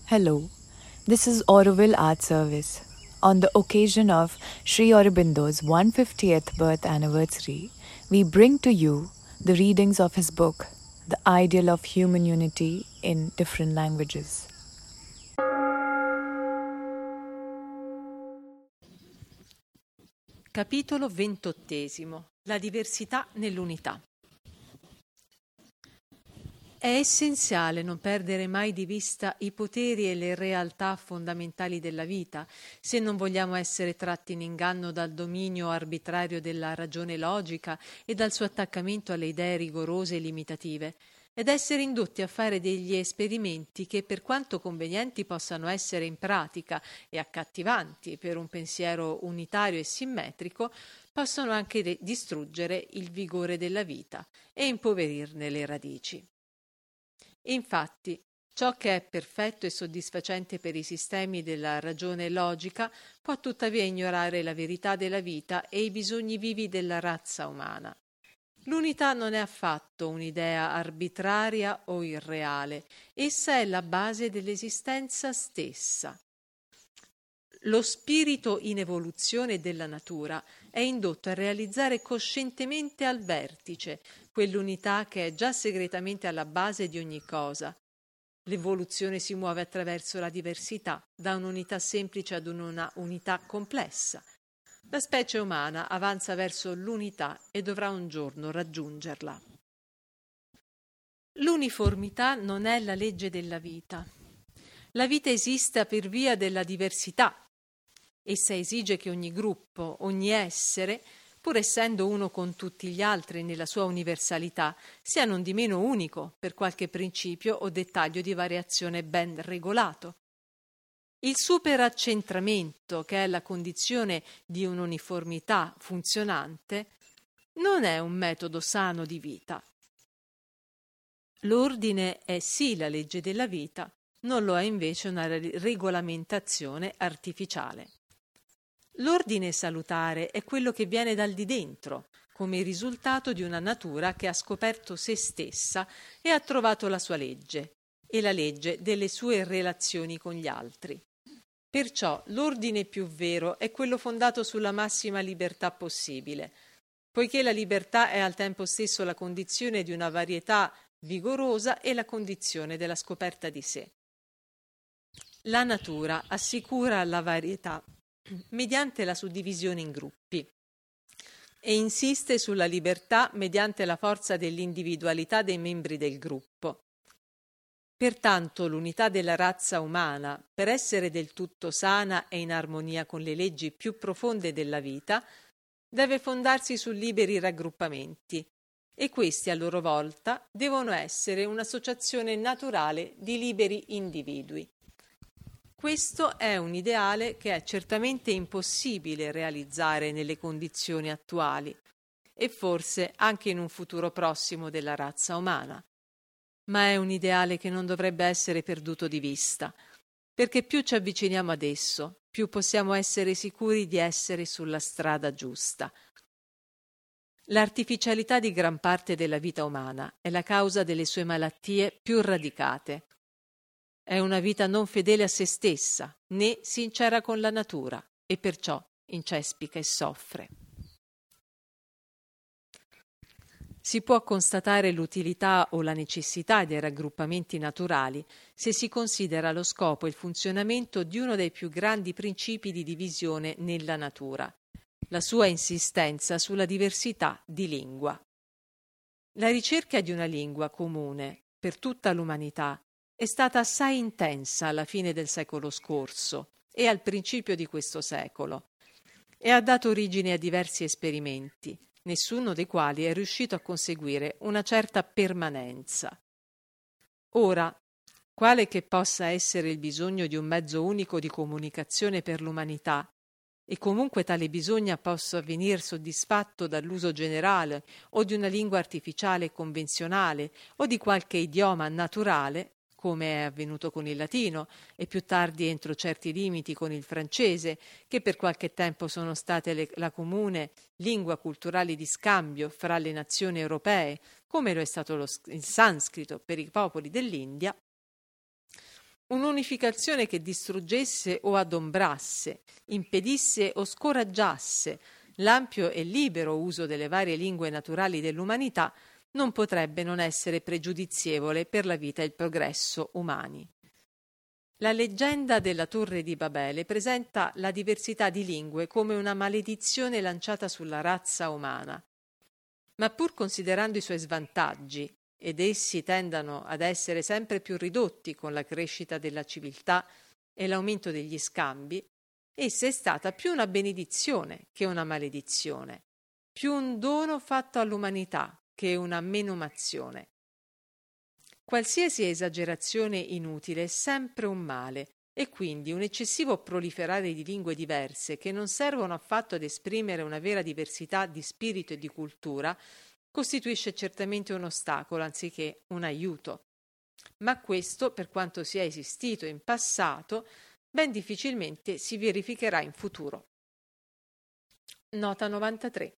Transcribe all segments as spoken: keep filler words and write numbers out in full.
Hello, this is Auroville Art Service. On the occasion of Sri Aurobindo's one hundred fiftieth birth anniversary, we bring to you the readings of his book, The Ideal of Human Unity in Different Languages. Capitolo ventottesimo. La diversità nell'unità. È essenziale non perdere mai di vista i poteri e le realtà fondamentali della vita, se non vogliamo essere tratti in inganno dal dominio arbitrario della ragione logica e dal suo attaccamento alle idee rigorose e limitative, ed essere indotti a fare degli esperimenti che, per quanto convenienti possano essere in pratica e accattivanti per un pensiero unitario e simmetrico, possono anche distruggere il vigore della vita e impoverirne le radici. Infatti, ciò che è perfetto e soddisfacente per i sistemi della ragione logica può tuttavia ignorare la verità della vita e i bisogni vivi della razza umana. L'unità non è affatto un'idea arbitraria o irreale, essa è la base dell'esistenza stessa. Lo spirito in evoluzione della natura è indotto a realizzare coscientemente al vertice quell'unità che è già segretamente alla base di ogni cosa. L'evoluzione si muove attraverso la diversità, da un'unità semplice ad una unità complessa. La specie umana avanza verso l'unità e dovrà un giorno raggiungerla. L'uniformità non è la legge della vita. La vita esiste per via della diversità. Essa esige che ogni gruppo, ogni essere, pur essendo uno con tutti gli altri nella sua universalità, sia non di meno unico per qualche principio o dettaglio di variazione ben regolato. Il superaccentramento, che è la condizione di un'uniformità funzionante, non è un metodo sano di vita. L'ordine è sì la legge della vita, non lo è invece una regolamentazione artificiale. L'ordine salutare è quello che viene dal di dentro, come il risultato di una natura che ha scoperto se stessa e ha trovato la sua legge, e la legge delle sue relazioni con gli altri. Perciò l'ordine più vero è quello fondato sulla massima libertà possibile, poiché la libertà è al tempo stesso la condizione di una varietà vigorosa e la condizione della scoperta di sé. La natura assicura la varietà mediante la suddivisione in gruppi e insiste sulla libertà mediante la forza dell'individualità dei membri del gruppo. Pertanto l'unità della razza umana, per essere del tutto sana e in armonia con le leggi più profonde della vita, deve fondarsi su liberi raggruppamenti, e questi a loro volta devono essere un'associazione naturale di liberi individui. Questo è un ideale che è certamente impossibile realizzare nelle condizioni attuali e forse anche in un futuro prossimo della razza umana. Ma è un ideale che non dovrebbe essere perduto di vista, perché più ci avviciniamo ad esso, più possiamo essere sicuri di essere sulla strada giusta. L'artificialità di gran parte della vita umana è la causa delle sue malattie più radicate. È una vita non fedele a se stessa, né sincera con la natura, e perciò incespica e soffre. Si può constatare l'utilità o la necessità dei raggruppamenti naturali se si considera lo scopo e il funzionamento di uno dei più grandi principi di divisione nella natura, la sua insistenza sulla diversità di lingua. La ricerca di una lingua comune per tutta l'umanità è stata assai intensa alla fine del secolo scorso e al principio di questo secolo, e ha dato origine a diversi esperimenti, nessuno dei quali è riuscito a conseguire una certa permanenza. Ora, quale che possa essere il bisogno di un mezzo unico di comunicazione per l'umanità, e comunque tale bisogno possa avvenire soddisfatto dall'uso generale o di una lingua artificiale convenzionale o di qualche idioma naturale, come è avvenuto con il latino e più tardi entro certi limiti con il francese, che per qualche tempo sono state le, la comune lingua culturale di scambio fra le nazioni europee, come lo è stato lo, il sanscrito per i popoli dell'India, un'unificazione che distruggesse o adombrasse, impedisse o scoraggiasse l'ampio e libero uso delle varie lingue naturali dell'umanità non potrebbe non essere pregiudizievole per la vita e il progresso umani. La leggenda della Torre di Babele presenta la diversità di lingue come una maledizione lanciata sulla razza umana, ma pur considerando i suoi svantaggi, ed essi tendano ad essere sempre più ridotti con la crescita della civiltà e l'aumento degli scambi, essa è stata più una benedizione che una maledizione, più un dono fatto all'umanità che una menomazione. Qualsiasi esagerazione inutile è sempre un male, e quindi un eccessivo proliferare di lingue diverse che non servono affatto ad esprimere una vera diversità di spirito e di cultura costituisce certamente un ostacolo anziché un aiuto. Ma questo, per quanto sia esistito in passato, ben difficilmente si verificherà in futuro. Nota novantatré.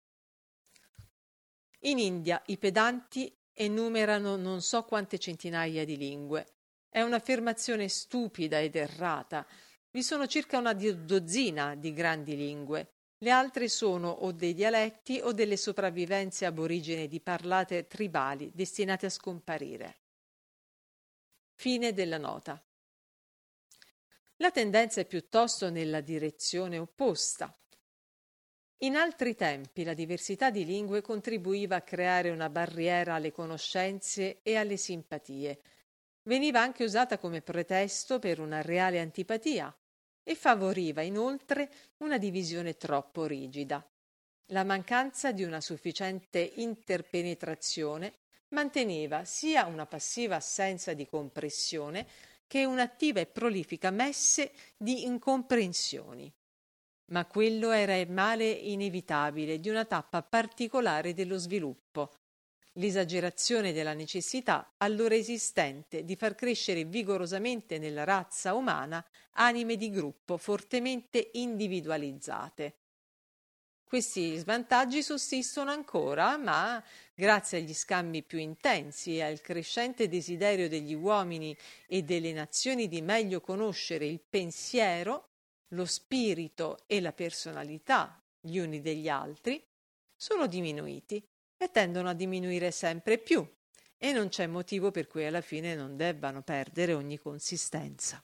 In India i pedanti enumerano non so quante centinaia di lingue. È un'affermazione stupida ed errata. Vi sono circa una dozzina di grandi lingue. Le altre sono o dei dialetti o delle sopravvivenze aborigene di parlate tribali destinate a scomparire. Fine della nota. La tendenza è piuttosto nella direzione opposta. In altri tempi la diversità di lingue contribuiva a creare una barriera alle conoscenze e alle simpatie. Veniva anche usata come pretesto per una reale antipatia e favoriva inoltre una divisione troppo rigida. La mancanza di una sufficiente interpenetrazione manteneva sia una passiva assenza di compressione che un'attiva e prolifica messe di incomprensioni. Ma quello era il male inevitabile di una tappa particolare dello sviluppo, l'esagerazione della necessità allora esistente di far crescere vigorosamente nella razza umana anime di gruppo fortemente individualizzate. Questi svantaggi sussistono ancora, ma grazie agli scambi più intensi e al crescente desiderio degli uomini e delle nazioni di meglio conoscere il pensiero, lo spirito e la personalità gli uni degli altri, sono diminuiti e tendono a diminuire sempre più, e non c'è motivo per cui alla fine non debbano perdere ogni consistenza.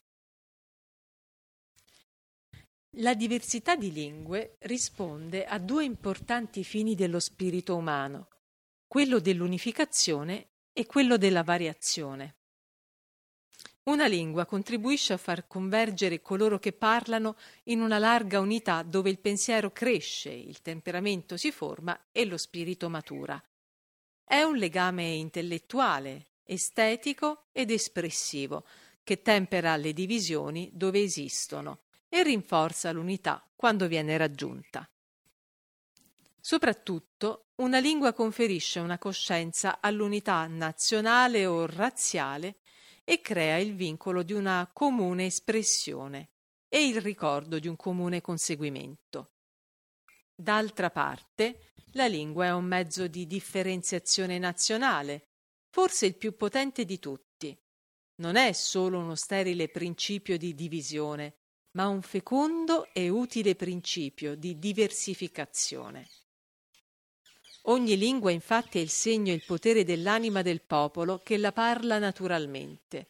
La diversità di lingue risponde a due importanti fini dello spirito umano, quello dell'unificazione e quello della variazione. Una lingua contribuisce a far convergere coloro che parlano in una larga unità dove il pensiero cresce, il temperamento si forma e lo spirito matura. È un legame intellettuale, estetico ed espressivo che tempera le divisioni dove esistono e rinforza l'unità quando viene raggiunta. Soprattutto, una lingua conferisce una coscienza all'unità nazionale o razziale e crea il vincolo di una comune espressione e il ricordo di un comune conseguimento. D'altra parte, la lingua è un mezzo di differenziazione nazionale, forse il più potente di tutti. Non è solo uno sterile principio di divisione, ma un fecondo e utile principio di diversificazione. Ogni lingua infatti è il segno e il potere dell'anima del popolo che la parla naturalmente.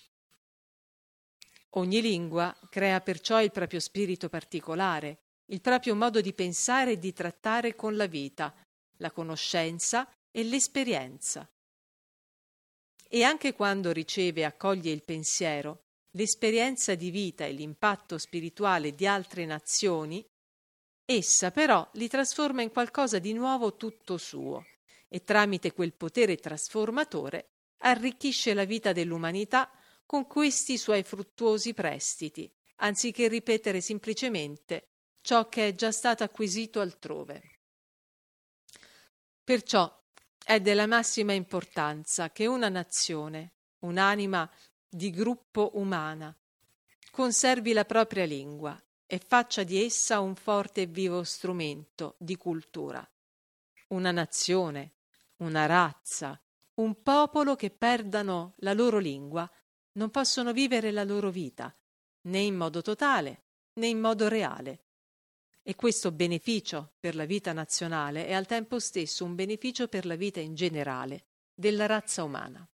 Ogni lingua crea perciò il proprio spirito particolare, il proprio modo di pensare e di trattare con la vita, la conoscenza e l'esperienza. E anche quando riceve e accoglie il pensiero, l'esperienza di vita e l'impatto spirituale di altre nazioni, essa però li trasforma in qualcosa di nuovo tutto suo e tramite quel potere trasformatore arricchisce la vita dell'umanità con questi suoi fruttuosi prestiti, anziché ripetere semplicemente ciò che è già stato acquisito altrove. Perciò è della massima importanza che una nazione, un'anima di gruppo umana, conservi la propria lingua e faccia di essa un forte e vivo strumento di cultura. Una nazione, una razza, un popolo che perdano la loro lingua non possono vivere la loro vita, né in modo totale, né in modo reale. E questo beneficio per la vita nazionale è al tempo stesso un beneficio per la vita in generale della razza umana.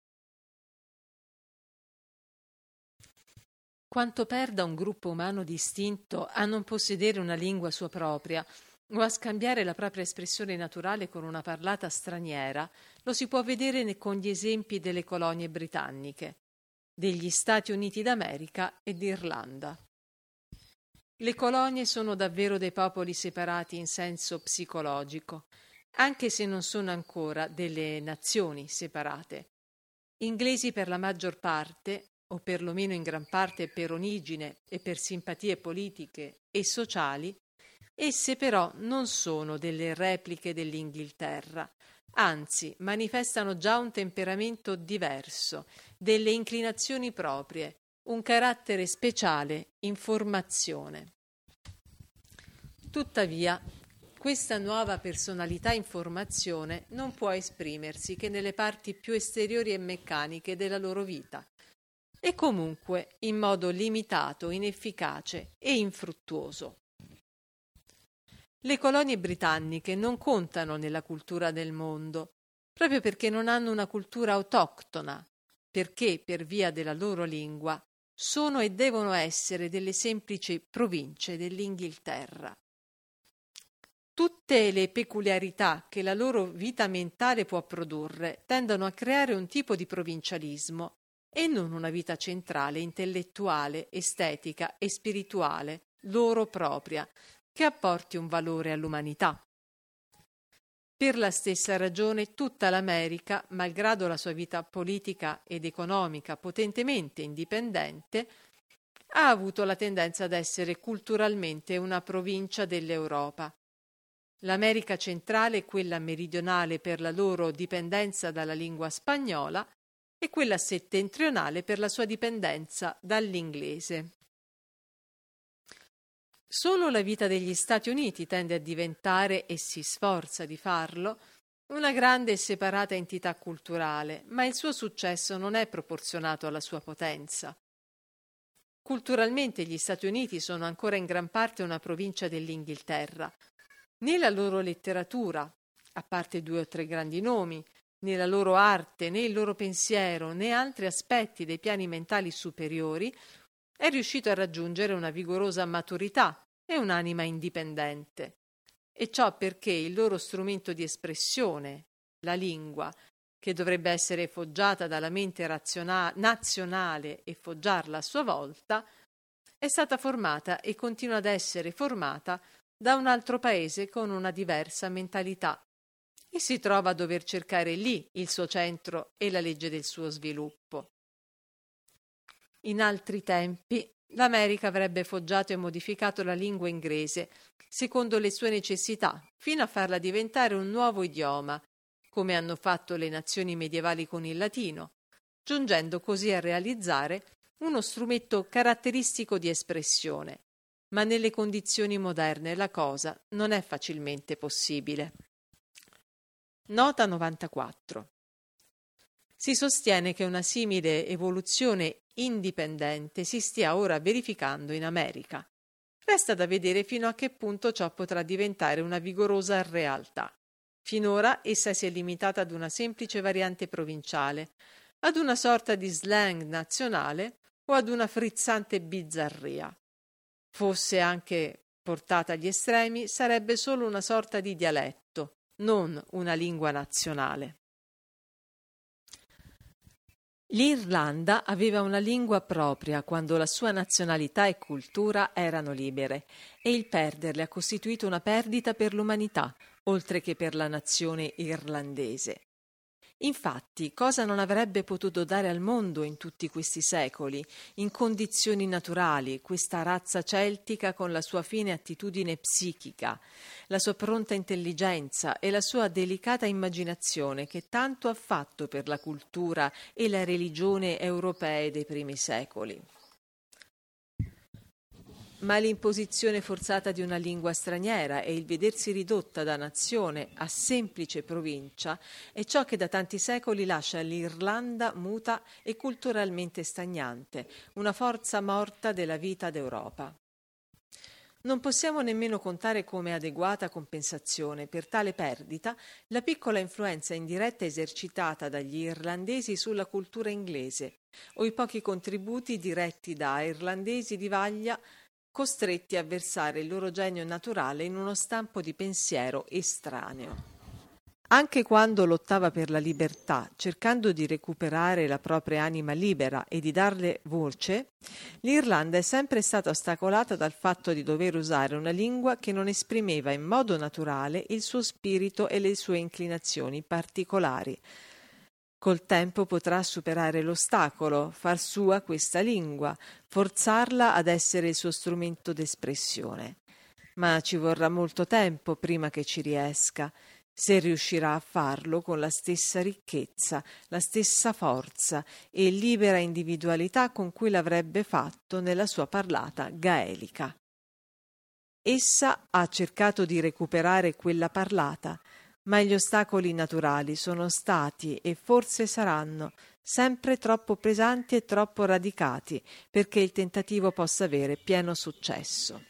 Quanto perda un gruppo umano distinto a non possedere una lingua sua propria o a scambiare la propria espressione naturale con una parlata straniera, lo si può vedere con gli esempi delle colonie britanniche, degli Stati Uniti d'America e d'Irlanda. Le colonie sono davvero dei popoli separati in senso psicologico, anche se non sono ancora delle nazioni separate. Inglesi per la maggior parte, o perlomeno in gran parte per origine e per simpatie politiche e sociali, esse però non sono delle repliche dell'Inghilterra, anzi manifestano già un temperamento diverso, delle inclinazioni proprie, un carattere speciale in formazione. Tuttavia, questa nuova personalità in formazione non può esprimersi che nelle parti più esteriori e meccaniche della loro vita, e comunque in modo limitato, inefficace e infruttuoso. Le colonie britanniche non contano nella cultura del mondo, proprio perché non hanno una cultura autoctona, perché, per via della loro lingua, sono e devono essere delle semplici province dell'Inghilterra. Tutte le peculiarità che la loro vita mentale può produrre tendono a creare un tipo di provincialismo e non una vita centrale, intellettuale, estetica e spirituale, loro propria, che apporti un valore all'umanità. Per la stessa ragione tutta l'America, malgrado la sua vita politica ed economica potentemente indipendente, ha avuto la tendenza ad essere culturalmente una provincia dell'Europa. L'America centrale e quella meridionale per la loro dipendenza dalla lingua spagnola e quella settentrionale per la sua dipendenza dall'inglese. Solo la vita degli Stati Uniti tende a diventare, e si sforza di farlo, una grande e separata entità culturale, ma il suo successo non è proporzionato alla sua potenza. Culturalmente gli Stati Uniti sono ancora in gran parte una provincia dell'Inghilterra. Né la loro letteratura, a parte due o tre grandi nomi, né la loro arte, né il loro pensiero, né altri aspetti dei piani mentali superiori è riuscito a raggiungere una vigorosa maturità e un'anima indipendente. E ciò perché il loro strumento di espressione, la lingua, che dovrebbe essere foggiata dalla mente raziona- nazionale e foggiarla a sua volta, è stata formata e continua ad essere formata da un altro paese con una diversa mentalità e si trova a dover cercare lì il suo centro e la legge del suo sviluppo. In altri tempi l'America avrebbe foggiato e modificato la lingua inglese secondo le sue necessità, fino a farla diventare un nuovo idioma, come hanno fatto le nazioni medievali con il latino, giungendo così a realizzare uno strumento caratteristico di espressione. Ma nelle condizioni moderne la cosa non è facilmente possibile. Nota novantaquattro. Si sostiene che una simile evoluzione indipendente si stia ora verificando in America. Resta da vedere fino a che punto ciò potrà diventare una vigorosa realtà. Finora essa si è limitata ad una semplice variante provinciale, ad una sorta di slang nazionale o ad una frizzante bizzarria. Fosse anche portata agli estremi, sarebbe solo una sorta di dialetto, non una lingua nazionale. L'Irlanda aveva una lingua propria quando la sua nazionalità e cultura erano libere, e il perderle ha costituito una perdita per l'umanità, oltre che per la nazione irlandese. Infatti, cosa non avrebbe potuto dare al mondo in tutti questi secoli, in condizioni naturali, questa razza celtica con la sua fine attitudine psichica, la sua pronta intelligenza e la sua delicata immaginazione che tanto ha fatto per la cultura e la religione europee dei primi secoli? Ma l'imposizione forzata di una lingua straniera e il vedersi ridotta da nazione a semplice provincia è ciò che da tanti secoli lascia l'Irlanda muta e culturalmente stagnante, una forza morta della vita d'Europa. Non possiamo nemmeno contare come adeguata compensazione per tale perdita la piccola influenza indiretta esercitata dagli irlandesi sulla cultura inglese o i pochi contributi diretti da irlandesi di vaglia costretti a versare il loro genio naturale in uno stampo di pensiero estraneo. Anche quando lottava per la libertà, cercando di recuperare la propria anima libera e di darle voce, l'Irlanda è sempre stata ostacolata dal fatto di dover usare una lingua che non esprimeva in modo naturale il suo spirito e le sue inclinazioni particolari. Col tempo potrà superare l'ostacolo, far sua questa lingua, forzarla ad essere il suo strumento d'espressione. Ma ci vorrà molto tempo prima che ci riesca, se riuscirà a farlo con la stessa ricchezza, la stessa forza e libera individualità con cui l'avrebbe fatto nella sua parlata gaelica. Essa ha cercato di recuperare quella parlata, ma gli ostacoli naturali sono stati e forse saranno sempre troppo pesanti e troppo radicati perché il tentativo possa avere pieno successo.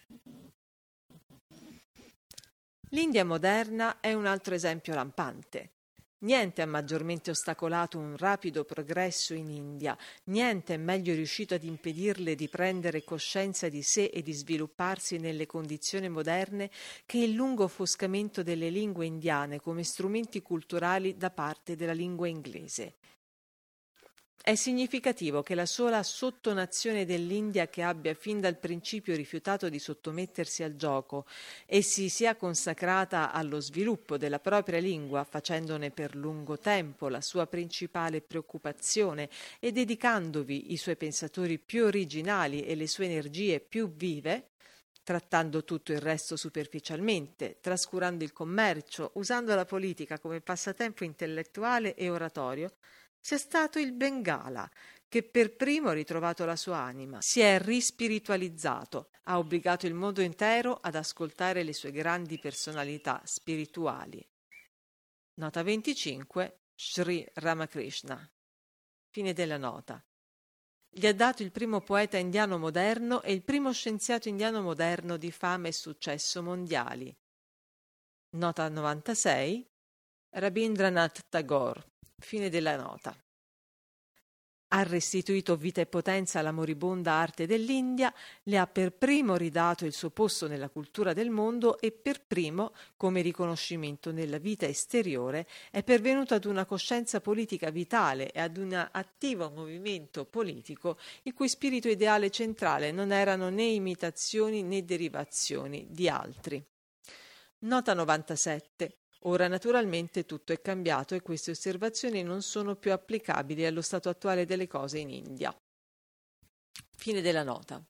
L'India moderna è un altro esempio lampante. Niente ha maggiormente ostacolato un rapido progresso in India, niente è meglio riuscito ad impedirle di prendere coscienza di sé e di svilupparsi nelle condizioni moderne che il lungo offuscamento delle lingue indiane come strumenti culturali da parte della lingua inglese. È significativo che la sola sottonazione dell'India che abbia fin dal principio rifiutato di sottomettersi al gioco e si sia consacrata allo sviluppo della propria lingua, facendone per lungo tempo la sua principale preoccupazione e dedicandovi i suoi pensatori più originali e le sue energie più vive, trattando tutto il resto superficialmente, trascurando il commercio, usando la politica come passatempo intellettuale e oratorio, sia stato il Bengala, che per primo ha ritrovato la sua anima, si è rispiritualizzato, ha obbligato il mondo intero ad ascoltare le sue grandi personalità spirituali. Nota venticinque, Sri Ramakrishna. Fine della nota. Gli ha dato il primo poeta indiano moderno e il primo scienziato indiano moderno di fama e successo mondiali. Nota novantasei, Rabindranath Tagore. Fine della nota. Ha restituito vita e potenza alla moribonda arte dell'India, le ha per primo ridato il suo posto nella cultura del mondo e per primo, come riconoscimento nella vita esteriore, è pervenuto ad una coscienza politica vitale e ad un attivo movimento politico il cui spirito ideale centrale non erano né imitazioni né derivazioni di altri. Nota novantasette. Ora naturalmente tutto è cambiato e queste osservazioni non sono più applicabili allo stato attuale delle cose in India. Fine della nota.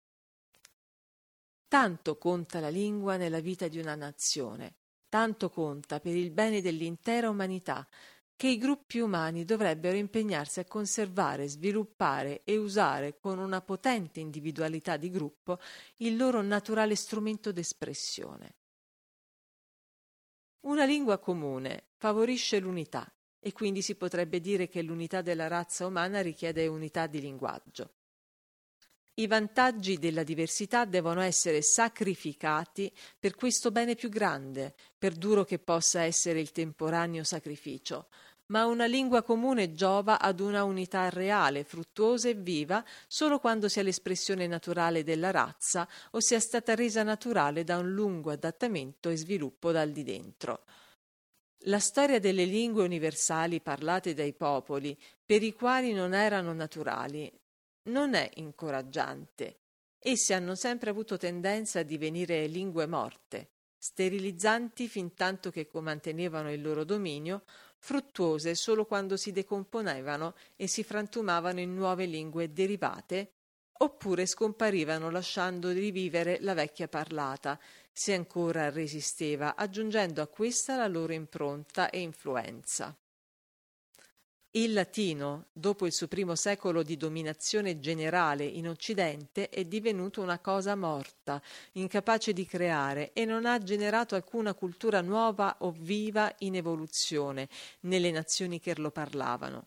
Tanto conta la lingua nella vita di una nazione, tanto conta per il bene dell'intera umanità, che i gruppi umani dovrebbero impegnarsi a conservare, sviluppare e usare con una potente individualità di gruppo il loro naturale strumento d'espressione. Una lingua comune favorisce l'unità e quindi si potrebbe dire che l'unità della razza umana richiede unità di linguaggio. I vantaggi della diversità devono essere sacrificati per questo bene più grande, per duro che possa essere il temporaneo sacrificio, ma una lingua comune giova ad una unità reale, fruttuosa e viva solo quando sia l'espressione naturale della razza o sia stata resa naturale da un lungo adattamento e sviluppo dal di dentro. La storia delle lingue universali parlate dai popoli, per i quali non erano naturali, non è incoraggiante. Essi hanno sempre avuto tendenza a divenire lingue morte, sterilizzanti fintanto che mantenevano il loro dominio, fruttuose solo quando si decomponevano e si frantumavano in nuove lingue derivate, oppure scomparivano lasciando rivivere la vecchia parlata, se ancora resisteva, aggiungendo a questa la loro impronta e influenza. Il latino, dopo il suo primo secolo di dominazione generale in Occidente, è divenuto una cosa morta, incapace di creare, e non ha generato alcuna cultura nuova o viva in evoluzione nelle nazioni che lo parlavano.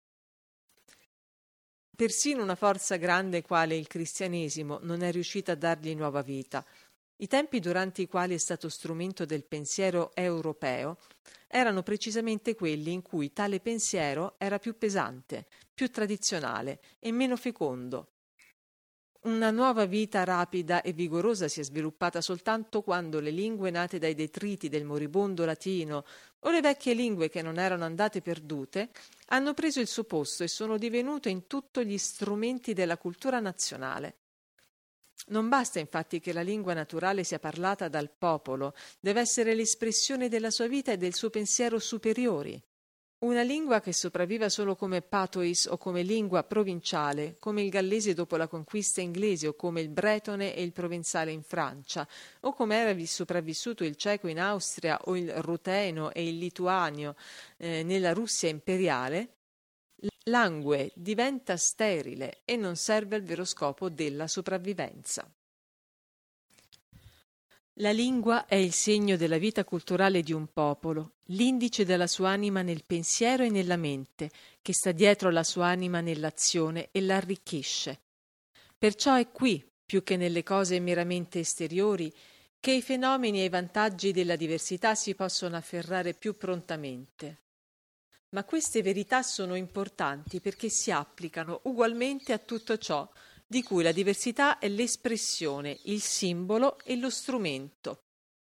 Persino una forza grande quale il cristianesimo non è riuscita a dargli nuova vita. I tempi durante i quali è stato strumento del pensiero europeo erano precisamente quelli in cui tale pensiero era più pesante, più tradizionale e meno fecondo. Una nuova vita rapida e vigorosa si è sviluppata soltanto quando le lingue nate dai detriti del moribondo latino o le vecchie lingue che non erano andate perdute hanno preso il suo posto e sono divenute in tutto gli strumenti della cultura nazionale. Non basta infatti che la lingua naturale sia parlata dal popolo, deve essere l'espressione della sua vita e del suo pensiero superiori. Una lingua che sopravviva solo come patois o come lingua provinciale, come il gallese dopo la conquista inglese o come il bretone e il provenzale in Francia, o come era sopravvissuto il ceco in Austria o il ruteno e il lituanio eh, nella Russia imperiale, langue diventa sterile e non serve al vero scopo della sopravvivenza. La lingua è il segno della vita culturale di un popolo, l'indice della sua anima nel pensiero e nella mente, che sta dietro la sua anima nell'azione e l'arricchisce. Perciò è qui, più che nelle cose meramente esteriori, che i fenomeni e i vantaggi della diversità si possono afferrare più prontamente. Ma queste verità sono importanti perché si applicano ugualmente a tutto ciò di cui la diversità è l'espressione, il simbolo e lo strumento.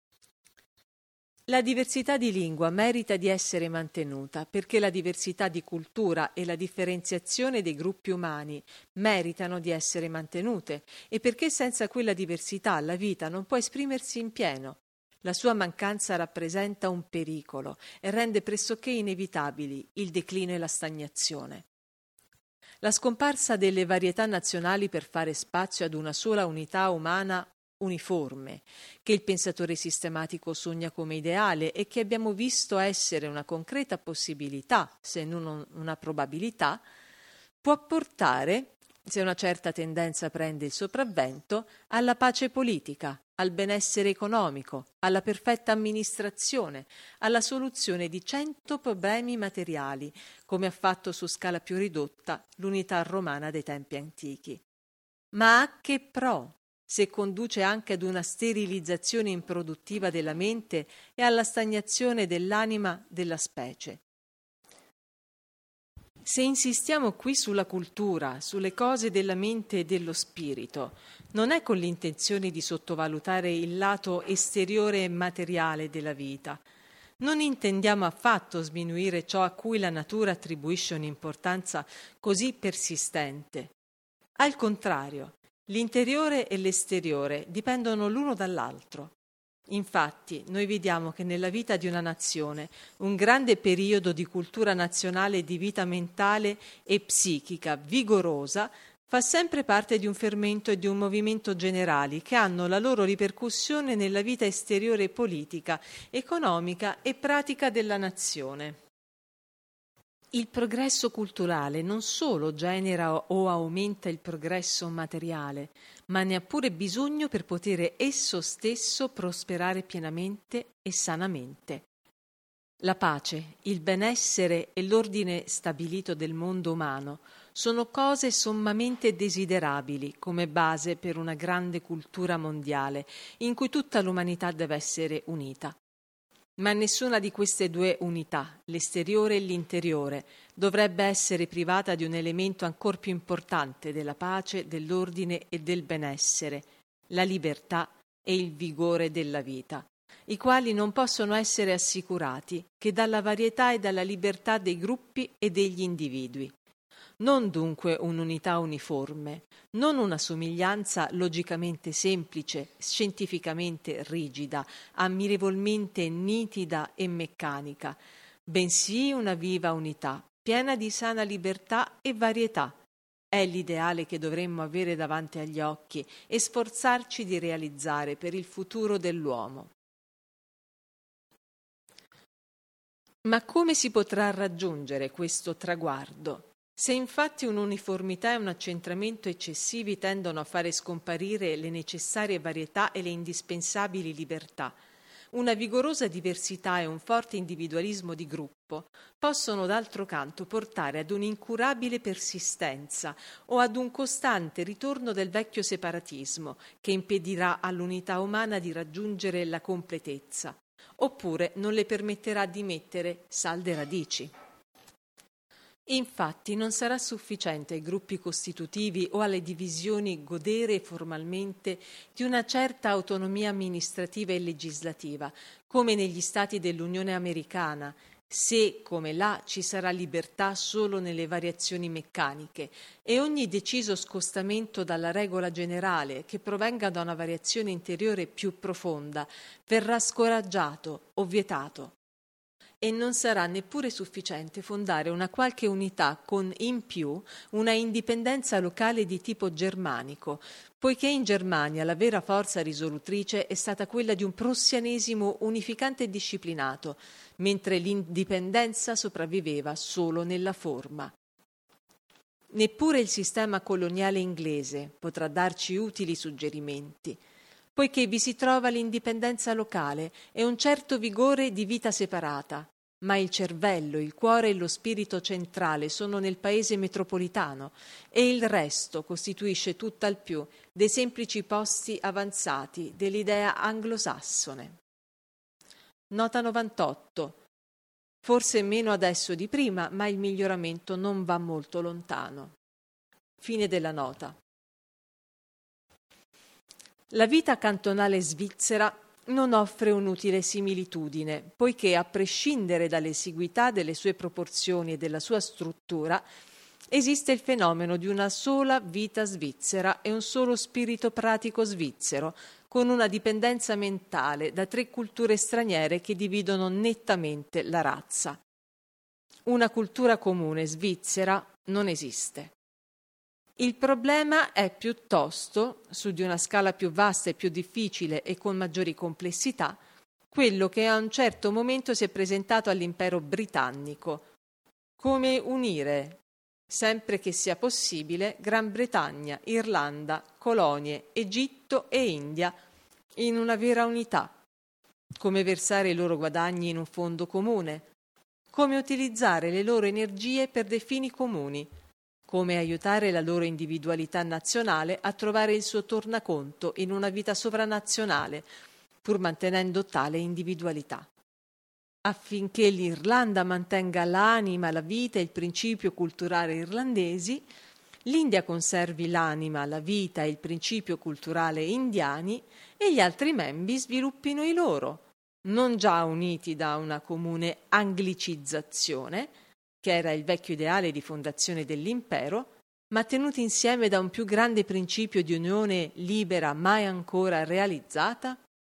La diversità di lingua merita di essere mantenuta perché la diversità di cultura e la differenziazione dei gruppi umani meritano di essere mantenute e perché senza quella diversità la vita non può esprimersi in pieno. La sua mancanza rappresenta un pericolo e rende pressoché inevitabili il declino e la stagnazione. La scomparsa delle varietà nazionali per fare spazio ad una sola unità umana uniforme, che il pensatore sistematico sogna come ideale e che abbiamo visto essere una concreta possibilità, se non una probabilità, può portare, se una certa tendenza prende il sopravvento, alla pace politica, al benessere economico, alla perfetta amministrazione, alla soluzione di cento problemi materiali, come ha fatto su scala più ridotta l'unità romana dei tempi antichi. Ma a che pro, se conduce anche ad una sterilizzazione improduttiva della mente e alla stagnazione dell'anima della specie? Se insistiamo qui sulla cultura, sulle cose della mente e dello spirito, non è con l'intenzione di sottovalutare il lato esteriore e materiale della vita. Non intendiamo affatto sminuire ciò a cui la natura attribuisce un'importanza così persistente. Al contrario, l'interiore e l'esteriore dipendono l'uno dall'altro. Infatti, noi vediamo che nella vita di una nazione un grande periodo di cultura nazionale e di vita mentale e psichica vigorosa fa sempre parte di un fermento e di un movimento generali che hanno la loro ripercussione nella vita esteriore politica, economica e pratica della nazione. Il progresso culturale non solo genera o aumenta il progresso materiale, ma ne ha pure bisogno per poter esso stesso prosperare pienamente e sanamente. La pace, il benessere e l'ordine stabilito del mondo umano sono cose sommamente desiderabili come base per una grande cultura mondiale in cui tutta l'umanità deve essere unita. Ma nessuna di queste due unità, l'esteriore e l'interiore, dovrebbe essere privata di un elemento ancor più importante della pace, dell'ordine e del benessere, la libertà e il vigore della vita, i quali non possono essere assicurati che dalla varietà e dalla libertà dei gruppi e degli individui. Non dunque un'unità uniforme, non una somiglianza logicamente semplice, scientificamente rigida, ammirevolmente nitida e meccanica, bensì una viva unità, piena di sana libertà e varietà. È l'ideale che dovremmo avere davanti agli occhi e sforzarci di realizzare per il futuro dell'uomo. Ma come si potrà raggiungere questo traguardo? Se infatti un'uniformità e un accentramento eccessivi tendono a fare scomparire le necessarie varietà e le indispensabili libertà, una vigorosa diversità e un forte individualismo di gruppo possono d'altro canto portare ad un'incurabile persistenza o ad un costante ritorno del vecchio separatismo che impedirà all'unità umana di raggiungere la completezza, oppure non le permetterà di mettere salde radici. Infatti non sarà sufficiente ai gruppi costitutivi o alle divisioni godere formalmente di una certa autonomia amministrativa e legislativa, come negli Stati dell'Unione Americana, se, come là, ci sarà libertà solo nelle variazioni meccaniche e ogni deciso scostamento dalla regola generale che provenga da una variazione interiore più profonda verrà scoraggiato o vietato. E non sarà neppure sufficiente fondare una qualche unità con in più una indipendenza locale di tipo germanico, poiché in Germania la vera forza risolutrice è stata quella di un prussianesimo unificante e disciplinato, mentre l'indipendenza sopravviveva solo nella forma. Neppure il sistema coloniale inglese potrà darci utili suggerimenti, poiché vi si trova l'indipendenza locale e un certo vigore di vita separata, ma il cervello, il cuore e lo spirito centrale sono nel paese metropolitano e il resto costituisce tutt'al più dei semplici posti avanzati dell'idea anglosassone. Nota novantotto. Forse meno adesso di prima, ma il miglioramento non va molto lontano. Fine della nota. La vita cantonale svizzera non offre un'utile similitudine, poiché a prescindere dall'esiguità delle sue proporzioni e della sua struttura, esiste il fenomeno di una sola vita svizzera e un solo spirito pratico svizzero, con una dipendenza mentale da tre culture straniere che dividono nettamente la razza. Una cultura comune svizzera non esiste. Il problema è piuttosto, su di una scala più vasta e più difficile e con maggiori complessità, quello che a un certo momento si è presentato all'impero britannico, come unire, sempre che sia possibile, Gran Bretagna, Irlanda, colonie, Egitto e India in una vera unità, come versare i loro guadagni in un fondo comune, come utilizzare le loro energie per dei fini comuni, come aiutare la loro individualità nazionale a trovare il suo tornaconto in una vita sovranazionale, pur mantenendo tale individualità. Affinché l'Irlanda mantenga l'anima, la vita e il principio culturale irlandesi, l'India conservi l'anima, la vita e il principio culturale indiani e gli altri membri sviluppino i loro, non già uniti da una comune anglicizzazione, che era il vecchio ideale di fondazione dell'impero, ma tenuti insieme da un più grande principio di unione libera mai ancora realizzata?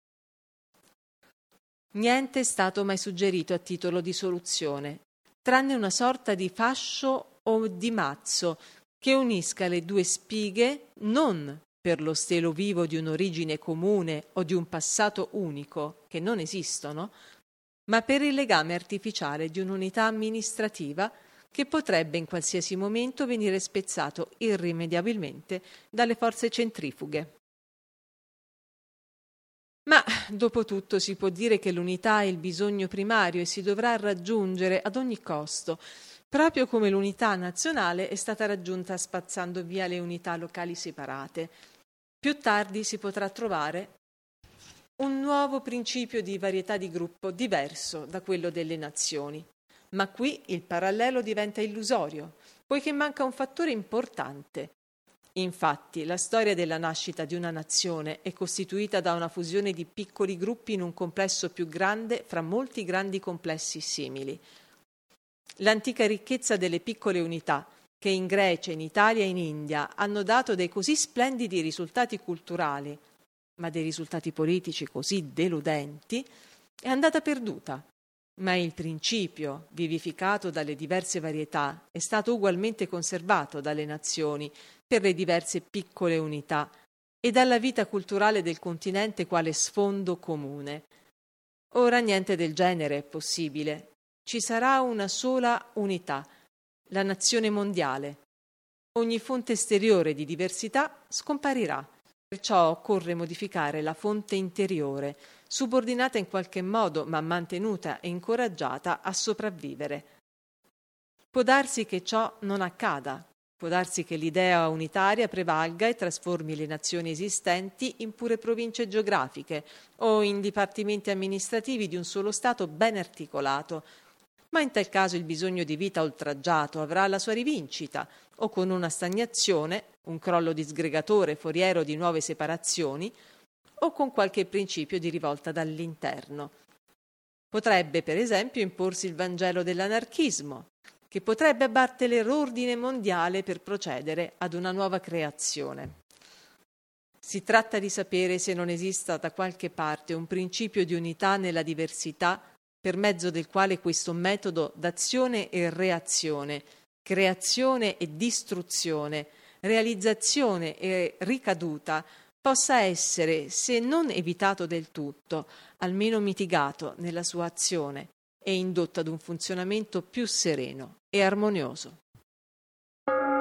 Niente è stato mai suggerito a titolo di soluzione, tranne una sorta di fascio o di mazzo che unisca le due spighe non per lo stelo vivo di un'origine comune o di un passato unico, che non esistono, ma per il legame artificiale di un'unità amministrativa che potrebbe in qualsiasi momento venire spezzato irrimediabilmente dalle forze centrifughe. Ma, dopo tutto, si può dire che l'unità è il bisogno primario e si dovrà raggiungere ad ogni costo, proprio come l'unità nazionale è stata raggiunta spazzando via le unità locali separate. Più tardi si potrà trovare un nuovo principio di varietà di gruppo diverso da quello delle nazioni. Ma qui il parallelo diventa illusorio, poiché manca un fattore importante. Infatti, la storia della nascita di una nazione è costituita da una fusione di piccoli gruppi in un complesso più grande fra molti grandi complessi simili. L'antica ricchezza delle piccole unità, che in Grecia, in Italia e in India hanno dato dei così splendidi risultati culturali, ma dei risultati politici così deludenti, è andata perduta. Ma il principio, vivificato dalle diverse varietà, è stato ugualmente conservato dalle nazioni per le diverse piccole unità e dalla vita culturale del continente quale sfondo comune. Ora niente del genere è possibile. ci sarà una sola unità, la nazione mondiale. Ogni fonte esteriore di diversità scomparirà. Perciò occorre modificare la fonte interiore, subordinata in qualche modo, ma mantenuta e incoraggiata a sopravvivere. Può darsi che ciò non accada. Può darsi che l'idea unitaria prevalga e trasformi le nazioni esistenti in pure province geografiche o in dipartimenti amministrativi di un solo Stato ben articolato. Ma in tal caso il bisogno di vita oltraggiato avrà la sua rivincita, o con una stagnazione, un crollo disgregatore foriero di nuove separazioni, o con qualche principio di rivolta dall'interno. Potrebbe, per esempio, imporsi il Vangelo dell'anarchismo, che potrebbe abbattere l'ordine mondiale per procedere ad una nuova creazione. Si tratta di sapere se non esista da qualche parte un principio di unità nella diversità per mezzo del quale questo metodo d'azione e reazione, creazione e distruzione, realizzazione e ricaduta possa essere, se non evitato del tutto, almeno mitigato nella sua azione e indotto ad un funzionamento più sereno e armonioso.